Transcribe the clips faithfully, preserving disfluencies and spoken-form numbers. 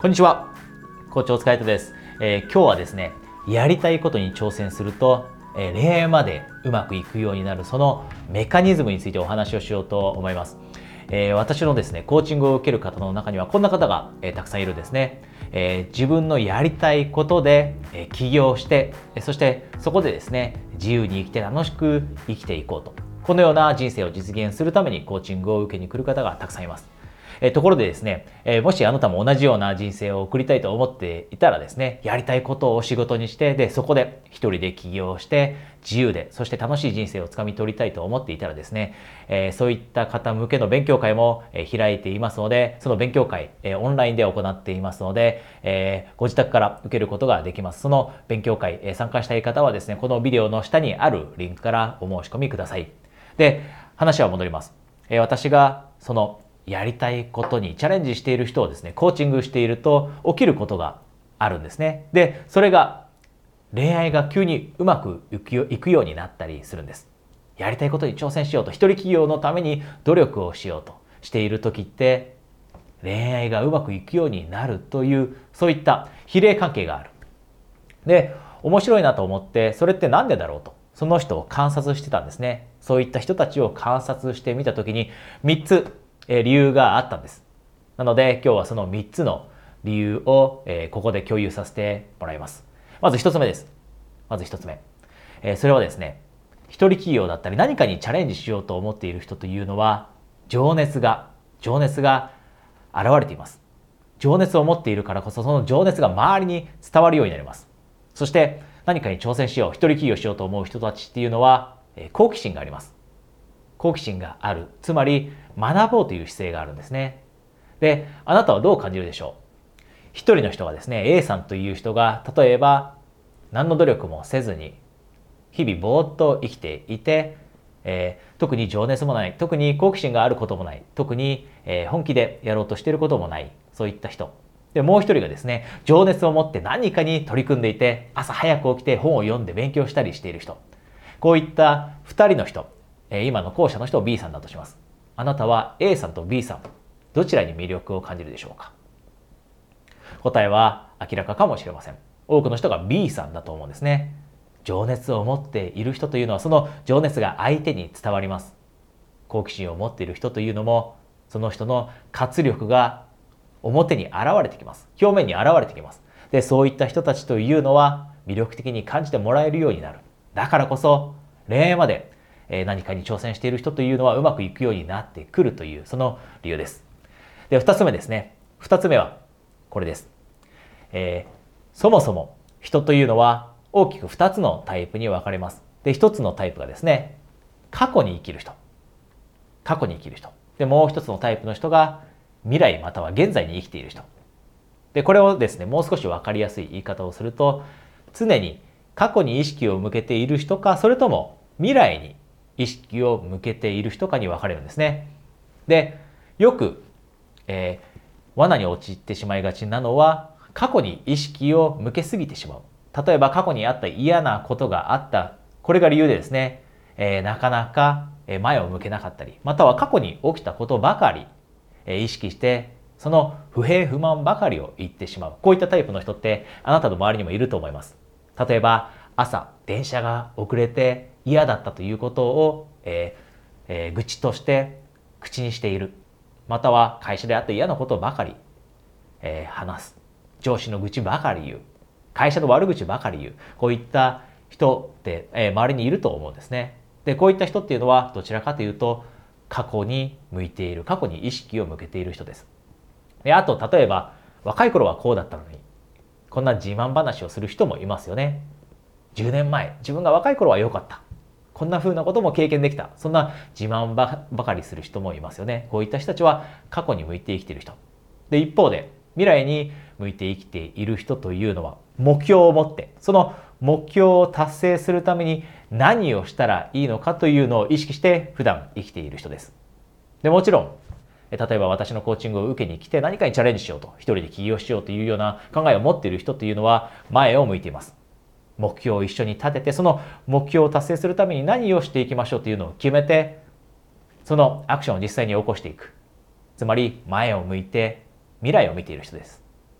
こんにちは。校長お疲れ様です、えー、今日はですね、やりたいことに挑戦すると、えー、恋愛までうまくいくようになるそのメカニズムについてお話をしようと思います。えー、私のですね、コーチングを受ける方の中にはこんな方が、えー、たくさんいるんですね。えー、自分のやりたいことで、えー、起業して、そしてそこでですね、自由に生きて楽しく生きていこうと。このような人生を実現するためにコーチングを受けに来る方がたくさんいます。えー、ところでですね、えー、もしあなたも同じような人生を送りたいと思っていたらですね、やりたいことを仕事にして、で、そこで一人で起業して、自由で、そして楽しい人生をつかみ取りたいと思っていたらですね、えー、そういった方向けの勉強会も、えー、開いていますので、その勉強会、えー、オンラインで行っていますので、えー、ご自宅から受けることができます。その勉強会、えー、参加したい方はですね、このビデオの下にあるリンクからお申し込みください。で、話は戻ります。えー、私がそのやりたいことにチャレンジしている人をですね、コーチングしていると起きることがあるんですね。で、それが恋愛が急にうまくいくようになったりするんです。やりたいことに挑戦しようと、一人企業のために努力をしようとしている時って、恋愛がうまくいくようになるという、そういった比例関係がある。で、面白いなと思って、それってなんでだろうと、その人を観察してたんですね。そういった人たちを観察してみた時に、みっつ理由があったんです。なので今日はそのみっつの理由をここで共有させてもらいます。まずひとつめです。まずひとつめ。それはですね、一人企業だったり何かにチャレンジしようと思っている人というのは、情熱が、情熱が現れています。情熱を持っているからこそ、その情熱が周りに伝わるようになります。そして何かに挑戦しよう、一人企業しようと思う人たちっていうのは、好奇心があります。好奇心がある。つまり学ぼうという姿勢があるんですね。で、あなたはどう感じるでしょう？一人の人がですね、A さんという人が、例えば何の努力もせずに日々ぼーっと生きていて、えー、特に情熱もない、特に好奇心があることもない、特に、えー、本気でやろうとしていることもない、そういった人。で、もう一人がですね、情熱を持って何かに取り組んでいて、朝早く起きて本を読んで勉強したりしている人。こういった二人の人、今の後者の人を B さんだとします。あなたは A さんと B さん、どちらに魅力を感じるでしょうか？答えは明らかかもしれません。多くの人が B さんだと思うんですね。情熱を持っている人というのは、その情熱が相手に伝わります。好奇心を持っている人というのも、その人の活力が表に現れてきます。表面に現れてきます。で、そういった人たちというのは魅力的に感じてもらえるようになる。だからこそ恋愛まで何かに挑戦している人というのはうまくいくようになってくるという、その理由です。で、二つ目ですね。二つ目はこれです。えー、そもそも人というのは大きく二つのタイプに分かれます。で、一つのタイプがですね、過去に生きる人。過去に生きる人。で、もう一つのタイプの人が未来または現在に生きている人。で、これをですね、もう少し分かりやすい言い方をすると、常に過去に意識を向けている人か、それとも未来に意識を向けている人かに分かれるんですね。で、よく、えー、罠に陥ってしまいがちなのは、過去に意識を向けすぎてしまう。例えば過去にあった嫌なことがあった。これが理由でですね、えー、なかなか前を向けなかったり、または過去に起きたことばかり、えー、意識して、その不平不満ばかりを言ってしまう。こういったタイプの人ってあなたの周りにもいると思います。例えば朝電車が遅れて嫌だったということを、えーえー、愚痴として口にしている。または会社であって嫌なことばかり、えー、話す。上司の愚痴ばかり言う。会社の悪口ばかり言う。こういった人って、えー、周りにいると思うんですね。で、こういった人っていうのはどちらかというと過去に向いている、過去に意識を向けている人です。で、あと例えば若い頃はこうだったのに、こんな自慢話をする人もいますよね。じゅうねんまえ、自分が若い頃は良かった。こんな風なことも経験できた。そんな自慢ばかりする人もいますよね。こういった人たちは過去に向いて生きている人。で、一方で未来に向いて生きている人というのは目標を持って、その目標を達成するために何をしたらいいのかというのを意識して普段生きている人です。で、もちろん、例えば私のコーチングを受けに来て何かにチャレンジしようと、一人で起業しようというような考えを持っている人というのは前を向いています。目標を一緒に立てて、その目標を達成するために何をしていきましょうというのを決めて、そのアクションを実際に起こしていく。つまり前を向いて未来を見ている人です。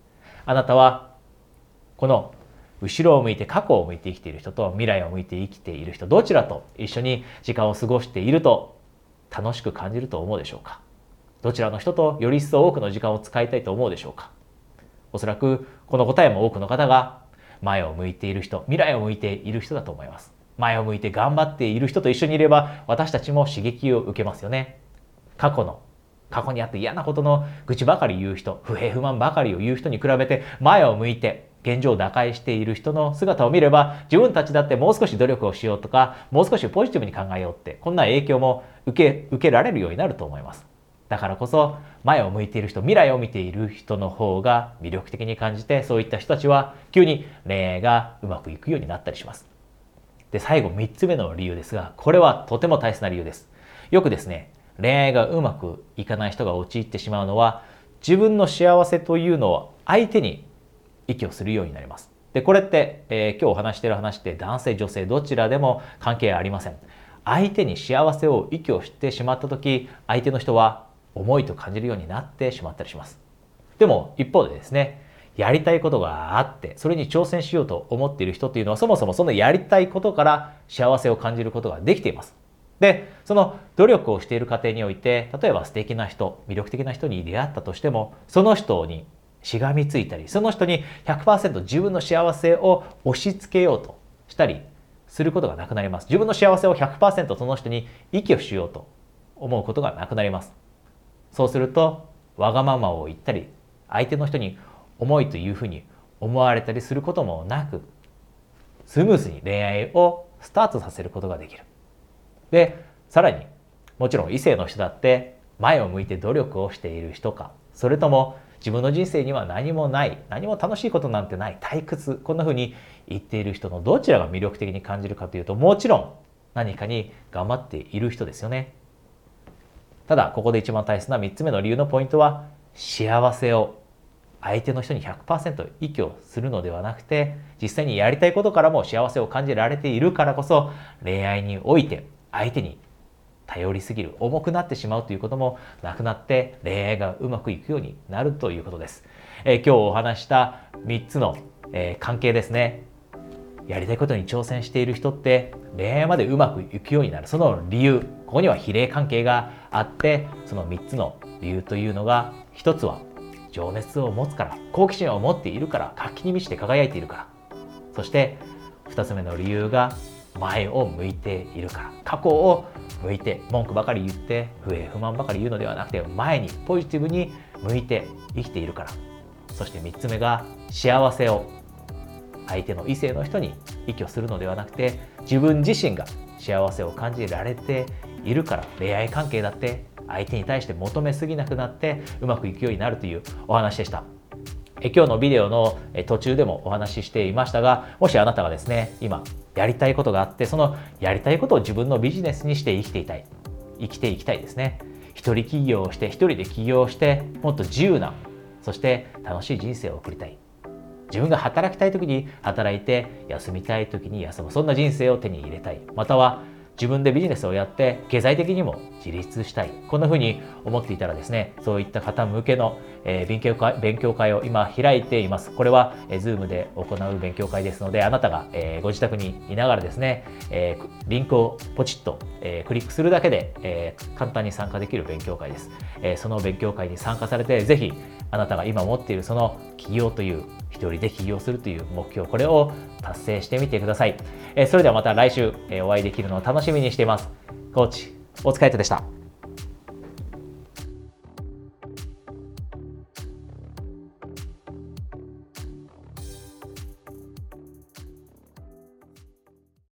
あなたはこの後ろを向いて過去を向いて生きている人と未来を向いて生きている人、どちらと一緒に時間を過ごしていると楽しく感じると思うでしょうか。どちらの人とより一層多くの時間を使いたいと思うでしょうか。おそらくこの答えも多くの方が前を向いている人、未来を向いている人だと思います。前を向いて頑張っている人と一緒にいれば私たちも刺激を受けますよね。過去の過去にあって嫌なことの愚痴ばかり言う人、不平不満ばかりを言う人に比べて前を向いて現状を打開している人の姿を見れば、自分たちだってもう少し努力をしようとか、もう少しポジティブに考えようって、こんな影響も受け、受けられるようになると思います。だからこそ前を向いている人、未来を見ている人の方が魅力的に感じて、そういった人たちは急に恋愛がうまくいくようになったりします。で、最後みっつめの理由ですが、これはとても大切な理由です。よくですね、恋愛がうまくいかない人が陥ってしまうのは、自分の幸せというのを相手に息をするようになります。で、これって、えー、今日お話している話って男性女性どちらでも関係ありません。相手に幸せを息をしてしまった時、相手の人は重いと感じるようになってしまったりします。でも一方でですね、やりたいことがあってそれに挑戦しようと思っている人っていうのは、そもそもそのやりたいことから幸せを感じることができています。で、その努力をしている過程において、例えば素敵な人、魅力的な人に出会ったとしても、その人にしがみついたり、その人に ひゃくパーセント 自分の幸せを押し付けようとしたりすることがなくなります。自分の幸せを ひゃくパーセント その人に息をしようと思うことがなくなります。そうするとわがままを言ったり、相手の人に重いというふうに思われたりすることもなく、スムーズに恋愛をスタートさせることができる。で、さらにもちろん異性の人だって前を向いて努力をしている人か、それとも自分の人生には何もない、何も楽しいことなんてない、退屈、こんなふうに言っている人のどちらが魅力的に感じるかというと、もちろん何かに頑張っている人ですよね。ただここで一番大切なみっつめの理由のポイントは、幸せを相手の人に ひゃくパーセント 依拠するのではなくて、実際にやりたいことからも幸せを感じられているからこそ、恋愛において相手に頼りすぎる、重くなってしまうということもなくなって、恋愛がうまくいくようになるということです。えー、今日お話したみっつの、えー、関係ですね。やりたいことに挑戦している人って恋愛までうまくいくようになる、その理由、ここには比例関係があって、そのみっつの理由というのが、ひとつは情熱を持つから、好奇心を持っているから、活気に満ちて輝いているから、そしてふたつめの理由が前を向いているから、過去を向いて文句ばかり言って不平不満ばかり言うのではなくて、前にポジティブに向いて生きているから。そしてみっつめが幸せを相手の異性の人に依拠するのではなくて、自分自身が幸せを感じられているから、恋愛関係だって相手に対して求めすぎなくなってうまくいくようになるというお話でした。え今日のビデオの途中でもお話ししていましたが、もしあなたがですね、今やりたいことがあって、そのやりたいことを自分のビジネスにして生きていたい、生きていきたいですね。一人起業をして、一人で起業して、もっと自由な、そして楽しい人生を送りたい。自分が働きたい時に働いて、休みたい時に休む、そんな人生を手に入れたい。または自分でビジネスをやって経済的にも自立したい、こんな風に思っていたらですね、そういった方向けの、えー、勉強会、勉強会を今開いています。これは、えー、Zoom で行う勉強会ですので、あなたが、えー、ご自宅にいながらですね、えー、リンクをポチッと、えー、クリックするだけで、えー、簡単に参加できる勉強会です。えー、その勉強会に参加されて、ぜひあなたが今持っているその起業という、一人で起業するという目標、これを達成してみてください。えー、それではまた来週、えー、お会いできるのを楽しみにしています。コーチ、大塚愛人でした。